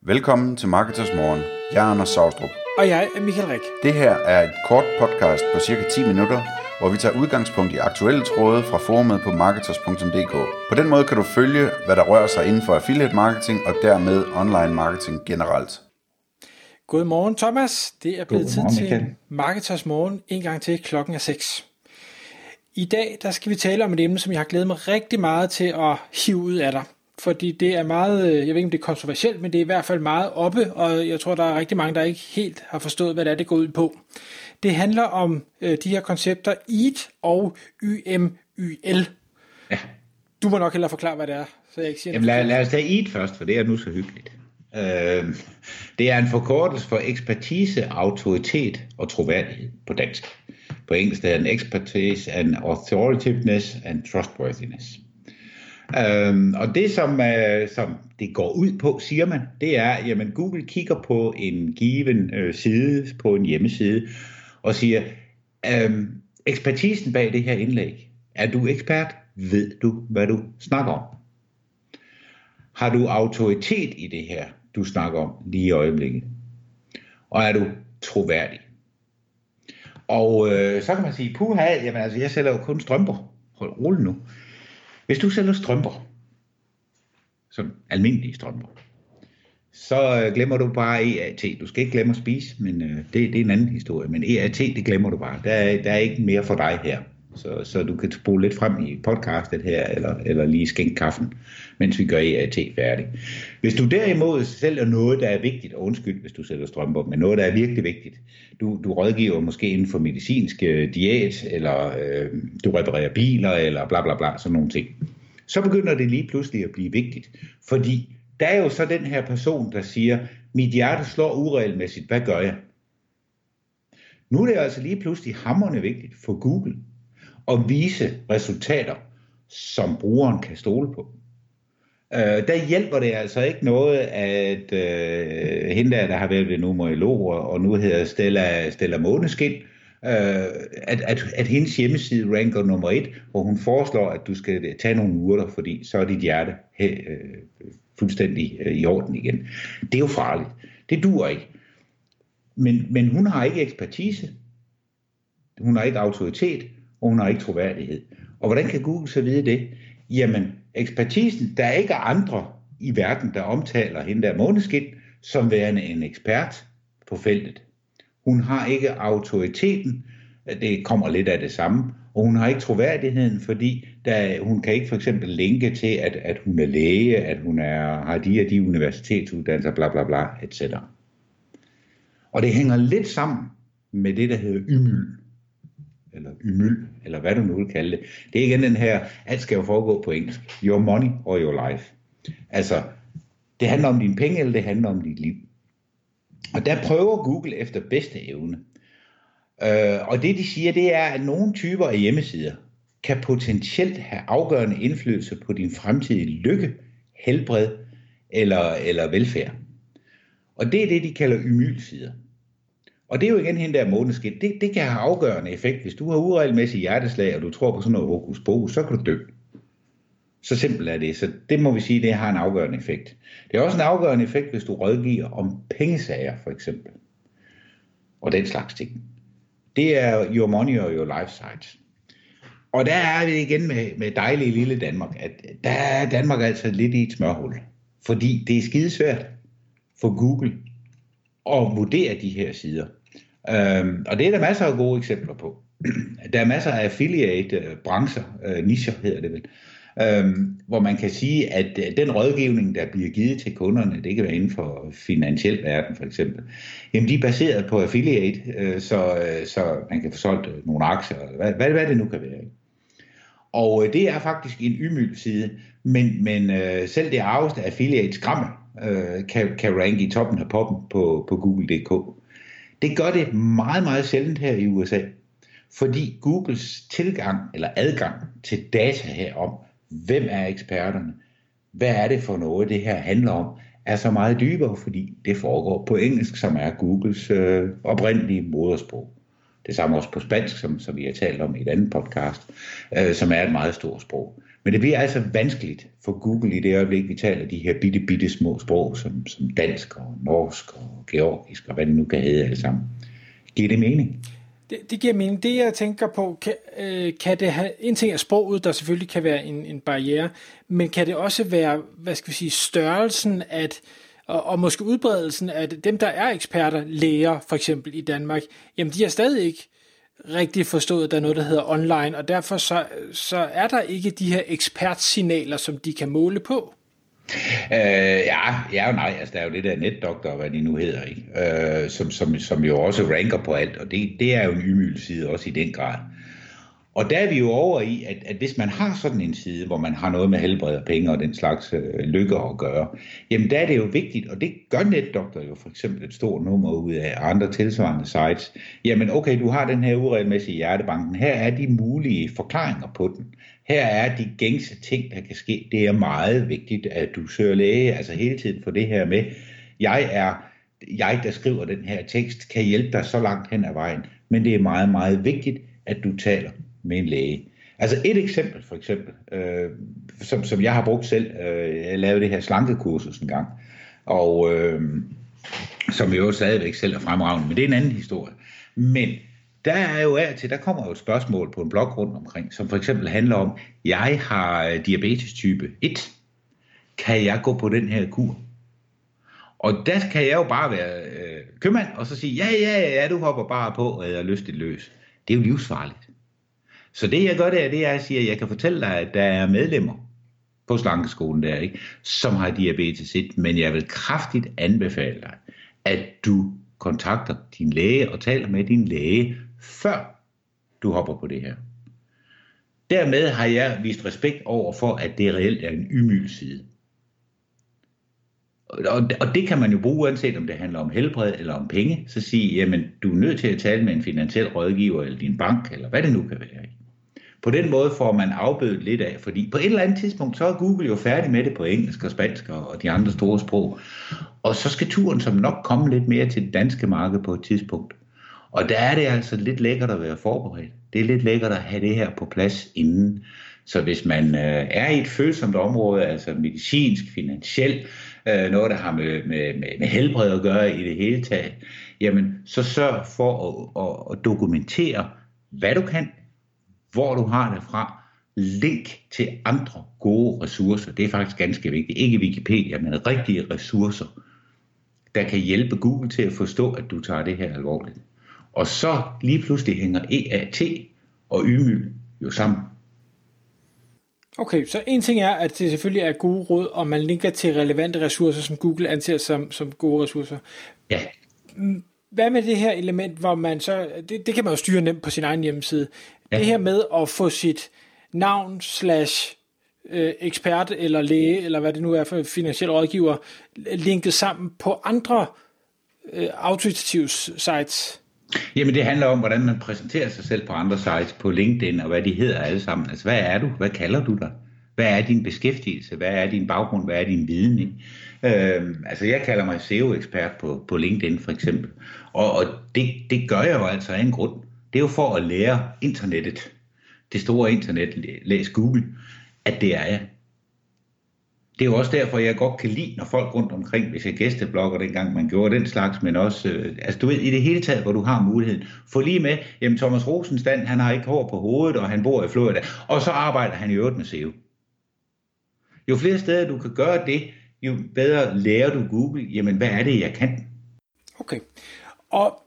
Velkommen til Marketers Morgen. Jeg er Anders Saustrup. Og jeg er Michael Rik. Det her er et kort podcast på cirka 10 minutter, hvor vi tager udgangspunkt i aktuelle tråde fra forumet på marketers.dk. På den måde kan du følge, hvad der rører sig inden for affiliate marketing og dermed online marketing generelt. Godmorgen Thomas. Det er blevet tid til Marketers Morgen en gang til. Klokken er 6. I dag der skal vi tale om et emne, som jeg har glædet mig rigtig meget til at hive ud af dig. Fordi det er meget, jeg ved ikke om det er kontroversielt, men det er i hvert fald meget oppe, og jeg tror der er rigtig mange, der ikke helt har forstået, hvad det går ud på. Det handler om de her koncepter EAT og YMYL. Ja. Du må nok hellere forklare, hvad det er, så jeg ikke siger. Jamen lad os tage EAT først, for det er nu så hyggeligt. Det er en forkortelse for ekspertise, autoritet og troværdighed på dansk. På engelsk er en expertise and authoritativeness and trustworthiness. Og det som det går ud på, siger man, det er, jamen Google kigger på en given side på en hjemmeside og siger, ekspertisen bag det her indlæg, er du ekspert? Ved du, hvad du snakker om? Har du autoritet i det her, du snakker om lige i øjeblikket? Og er du troværdig? Og så kan man sige, puha, jamen altså jeg sælger jo kun strømper. Hold roligt nu. Hvis du sælger strømper, som almindelige strømper, så glemmer du bare EAT. Du skal ikke glemme at spise, men det er en anden historie. Men EAT, det glemmer du bare. Der er ikke mere for dig her. Så du kan spole lidt frem i podcastet her, eller lige skænke kaffen, mens vi gør EAT færdig. Hvis du derimod sælger noget, der er vigtigt, og undskyld, hvis du sælger strømper, men noget, der er virkelig vigtigt, du rådgiver måske inden for medicinsk diæt, eller du reparerer biler, eller bla bla bla, sådan nogle ting, så begynder det lige pludselig at blive vigtigt. Fordi der er jo så den her person, der siger, mit hjerte slår uregelmæssigt, hvad gør jeg? Nu er det altså lige pludselig hamrende vigtigt for Google og vise resultater, som brugeren kan stole på. Der hjælper det altså ikke noget, at hende der har været ved numerolog, og nu hedder Stella Måneskin, at hendes hjemmeside ranker nummer 1, hvor hun foreslår, at du skal tage nogle urter, fordi så er dit hjerte fuldstændig i orden igen. Det er jo farligt. Det duer ikke. Men hun har ikke ekspertise. Hun har ikke autoritet. Og hun har ikke troværdighed. Og hvordan kan Google så vide det? Jamen, ekspertisen, der er ikke andre i verden, der omtaler hende der Måneskin, som værende en ekspert på feltet. Hun har ikke autoriteten, det kommer lidt af det samme, og hun har ikke troværdigheden, fordi hun kan ikke for eksempel linke til, at hun er læge, at hun har de og de universitetsuddannelser, bla bla bla, etc. Og det hænger lidt sammen med det, der hedder YMYL. Eller YMYL, eller hvad du nu vil kalde det. Det er igen den her, alt skal jo foregå på engelsk. Your money or your life. Altså, det handler om dine penge, eller det handler om dit liv. Og der prøver Google efter bedste evne. Og det de siger, det er, at nogle typer af hjemmesider kan potentielt have afgørende indflydelse på din fremtidige lykke, helbred eller velfærd. Og det er det, de kalder YMYL-sider. Og det er jo igen hende der Måneskin. Det kan have afgørende effekt. Hvis du har uregelmæssig hjerteslag, og du tror på sådan noget hokus pokus, så kan du dø. Så simpelt er det. Så det må vi sige, det har en afgørende effekt. Det er også en afgørende effekt, hvis du rådgiver om pengesager, for eksempel. Og den slags ting. Det er your money or your life sites. Og der er vi igen med dejlige lille Danmark, at der er Danmark altså lidt i et smørhul. Fordi det er skidesvært for Google at vurdere de her sider. Og det er der masser af gode eksempler på. Der er masser af affiliate-brancher, nicher hedder det vel, hvor man kan sige, at den rådgivning, der bliver givet til kunderne, det kan være inden for finansiel verden for eksempel, jamen de er baseret på affiliate, så man kan få solgt nogle aktier, hvad det nu kan være. Og det er faktisk en YMYL-side, men selv det arveste affiliate skræmme kan ranke i toppen af poppen på Google.dk. Det gør det meget, meget sjældent her i USA, fordi Googles tilgang eller adgang til data herom, hvem er eksperterne, hvad er det for noget, det her handler om, er så meget dybere, fordi det foregår på engelsk, som er Googles oprindelige modersprog. Det samme også på spansk, som vi har talt om i et andet podcast, som er et meget stort sprog. Men det bliver altså vanskeligt for Google i det øjeblik, vi taler de her bitte små sprog, som dansk og norsk og georgisk og hvad det nu kan hedde alle sammen. Giver det mening? Det giver mening. Det jeg tænker på, kan det have, en ting er sproget, der selvfølgelig kan være en barriere, men kan det også være, hvad skal vi sige, størrelsen og måske udbredelsen af dem, der er eksperter, læger for eksempel i Danmark, jamen de har stadig ikke rigtig forstået, at der er noget, der hedder online, og derfor så er der ikke de her ekspertsignaler, som de kan måle på. Ja og nej, altså der er jo det der netdoktor, hvad de nu hedder, ikke? Som jo også ranker på alt, og det er jo en ymyld side også i den grad. Og der er vi jo over i, at hvis man har sådan en side, hvor man har noget med helbred og penge og den slags lykker at gøre, jamen der er det jo vigtigt, og det gør netdoktor jo for eksempel et stort nummer ud af andre tilsvarende sites. Jamen okay, du har den her uregelmæssige hjertebanken, her er de mulige forklaringer på den. Her er de gængse ting, der kan ske. Det er meget vigtigt, at du søger læge, altså hele tiden for det her med, jeg der skriver den her tekst, kan hjælpe dig så langt hen ad vejen, men det er meget, meget vigtigt, at du taler med en læge. Altså et eksempel for eksempel, som jeg har brugt selv, jeg lavede det her slankekursus en gang, og som jo stadigvæk selv er fremragende, men det er en anden historie. Men der er jo der kommer jo et spørgsmål på en blog rundt omkring, som for eksempel handler om, jeg har diabetes type 1, kan jeg gå på den her kur? Og der kan jeg jo bare være købmand, og så sige, ja, du hopper bare på, og jeg er lystigt løs. Det er jo livsfarligt. Så det jeg gør det er, at jeg siger, at jeg kan fortælle dig, at der er medlemmer på slankeskolen der, ikke, som har diabetes 1, men jeg vil kraftigt anbefale dig, at du kontakter din læge og taler med din læge, før du hopper på det her. Dermed har jeg vist respekt over for, at det reelt er en ymyld side. Og det kan man jo bruge, uanset om det handler om helbred eller om penge, så sige, jamen du er nødt til at tale med en finansiel rådgiver eller din bank, eller hvad det nu kan være. På den måde får man afbødet lidt af, fordi på et eller andet tidspunkt, så er Google jo færdig med det på engelsk og spansk og de andre store sprog. Og så skal turen som nok komme lidt mere til det danske marked på et tidspunkt. Og der er det altså lidt lækkert at være forberedt. Det er lidt lækkert at have det her på plads inden. Så hvis man er i et følsomt område, altså medicinsk, finansielt, noget der har med helbred at gøre i det hele taget, jamen så sørg for at dokumentere, hvad du kan, hvor du har det fra, link til andre gode ressourcer. Det er faktisk ganske vigtigt. Ikke Wikipedia, men rigtige ressourcer, der kan hjælpe Google til at forstå, at du tager det her alvorligt. Og så lige pludselig hænger EAT og ymyld jo sammen. Okay, så en ting er, at det selvfølgelig er gode råd, og man linker til relevante ressourcer, som Google anser som gode ressourcer. Ja. Hvad med det her element, hvor man så, det kan man jo styre nemt på sin egen hjemmeside. Ja. Det her med at få sit navn / ekspert eller læge, eller hvad det nu er for finansiel rådgiver, linket sammen på andre autoritative sites. Jamen det handler om, hvordan man præsenterer sig selv på andre sites, på LinkedIn, og hvad de hedder alle sammen. Altså hvad er du? Hvad kalder du dig? Hvad er din beskæftigelse? Hvad er din baggrund? Hvad er din viden? Ikke? Altså jeg kalder mig SEO-ekspert på LinkedIn for eksempel. Og det gør jeg jo altså af en grund. Det er jo for at lære internettet, det store internet, læs Google, at det er jeg. Det er jo også derfor, jeg godt kan lide, når folk rundt omkring, hvis jeg gæsteblogger dengang, man gjorde den slags, men også, altså du ved, i det hele taget, hvor du har muligheden. Få lige med, jamen Thomas Rosenstand, han har ikke hår på hovedet, og han bor i Florida, og så arbejder han i øvrigt med SEO. Jo flere steder du kan gøre det, jo bedre lærer du Google, jamen hvad er det, jeg kan? Okay, og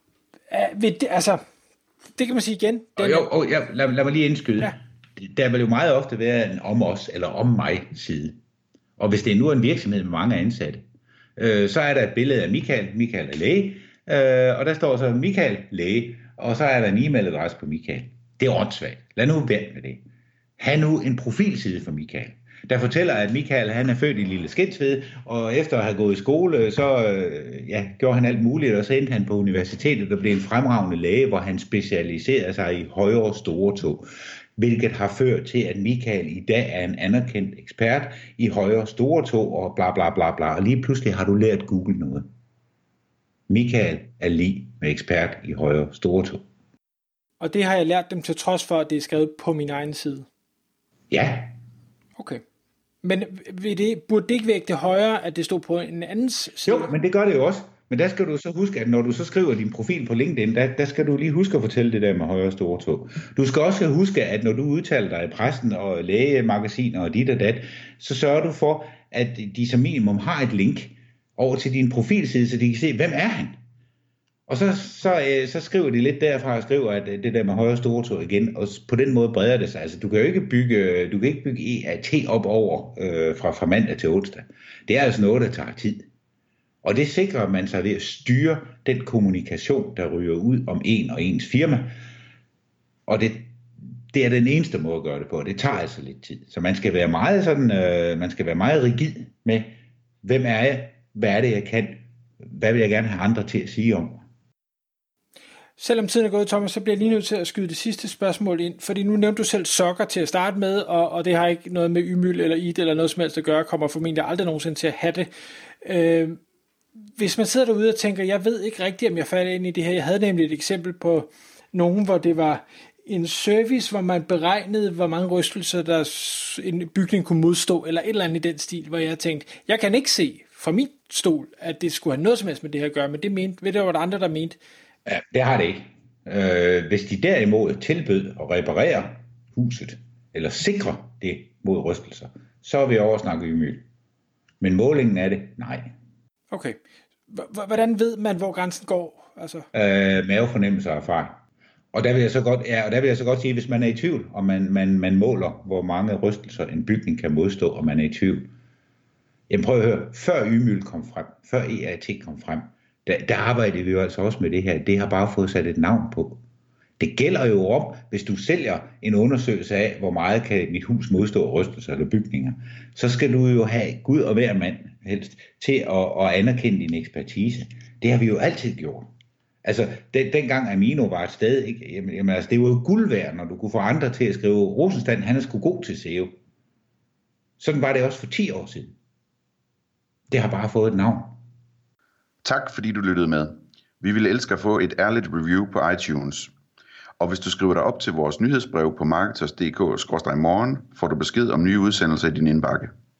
altså, det kan man sige igen. Lad mig lige indskyde. Ja. Der vil jo meget ofte være en om os, eller om mig side. Og hvis det nu er en virksomhed med mange ansatte, så er der et billede af Michael er læge, og der står så Michael læge, og så er der en e-mailadresse på Michael. Det er åndssvagt. Lad nu være med det. Ha' nu en profilside for Michael, der fortæller, at Michael han er født i Lille Skensved, og efter at have gået i skole, så gjorde han alt muligt, og så endte han på universitetet og blev en fremragende læge, hvor han specialiserede sig i højre store tog. Hvilket har ført til, at Michael i dag er en anerkendt ekspert i højre store tog og bla bla bla bla. Og lige pludselig har du lært Google noget. Michael er lige med ekspert i højre store tog. Og det har jeg lært dem til trods for, at det er skrevet på min egen side? Ja. Okay. Men burde det ikke vægte højere, at det stod på en andens side? Jo, men det gør det jo også. Men der skal du så huske, at når du så skriver din profil på LinkedIn, der skal du lige huske at fortælle det der med højre store tog. Du skal også huske, at når du udtaler dig i pressen og lægemagasiner og dit og dat, så sørger du for, at de som minimum har et link over til din profilside, så de kan se, hvem er han? Og så skriver de lidt derfra og skriver, at det der med højre store tog igen, og på den måde breder det sig. Altså, du kan jo ikke bygge EAT op over fra mandag til onsdag. Det er altså noget, der tager tid. Og det sikrer man sig ved at styre den kommunikation, der ryger ud om en og ens firma. Og det er den eneste måde at gøre det på. Det tager altså lidt tid. Så man skal være meget rigid med, hvem er jeg, hvad er det jeg kan, hvad vil jeg gerne have andre til at sige om. Selvom tiden er gået, Thomas, så bliver jeg lige nødt til at skyde det sidste spørgsmål ind, fordi nu nævnte du selv sokker til at starte med, og det har ikke noget med ymyld eller it eller noget som helst at gøre, kommer formentlig aldrig nogensinde til at have det. Hvis man sidder derude og tænker, jeg ved ikke rigtigt, om jeg falder ind i det her. Jeg havde nemlig et eksempel på nogen, hvor det var en service, hvor man beregnede, hvor mange rystelser der en bygning kunne modstå, eller et eller andet i den stil, hvor jeg tænkte, jeg kan ikke se fra min stol, at det skulle have noget som helst med det her at gøre, men det var der andre, der mente. Ja, det har det ikke. Hvis de derimod tilbød at reparere huset, eller sikre det mod rystelser, så er vi over at snakke ymyld. Men målingen er det, nej. Okay. Hvordan ved man, hvor grænsen går? Altså? Mavefornemmelse og erfaring. Og der vil jeg så godt sige, hvis man er i tvivl, og man måler, hvor mange rystelser en bygning kan modstå, og man er i tvivl. Jamen prøv at høre, før ymyld kom frem, før EAT kom frem, der arbejdede vi jo altså også med det her. Det har bare fået sat et navn på. Det gælder jo om, hvis du sælger en undersøgelse af, hvor meget kan mit hus modstå rystelser eller bygninger, så skal du jo have Gud og hver mand helst til at anerkende din ekspertise. Det har vi jo altid gjort. Altså, dengang Amino var et sted, ikke? Jamen, altså, det var jo guld værd, når du kunne få andre til at skrive, Rosenstand, han er sgu god til SEO. Sådan var det også for 10 år siden. Det har bare fået et navn. Tak fordi du lyttede med. Vi ville elske at få et ærligt review på iTunes. Og hvis du skriver dig op til vores nyhedsbrev på marketers.dk/morgen, får du besked om nye udsendelser i din indbakke.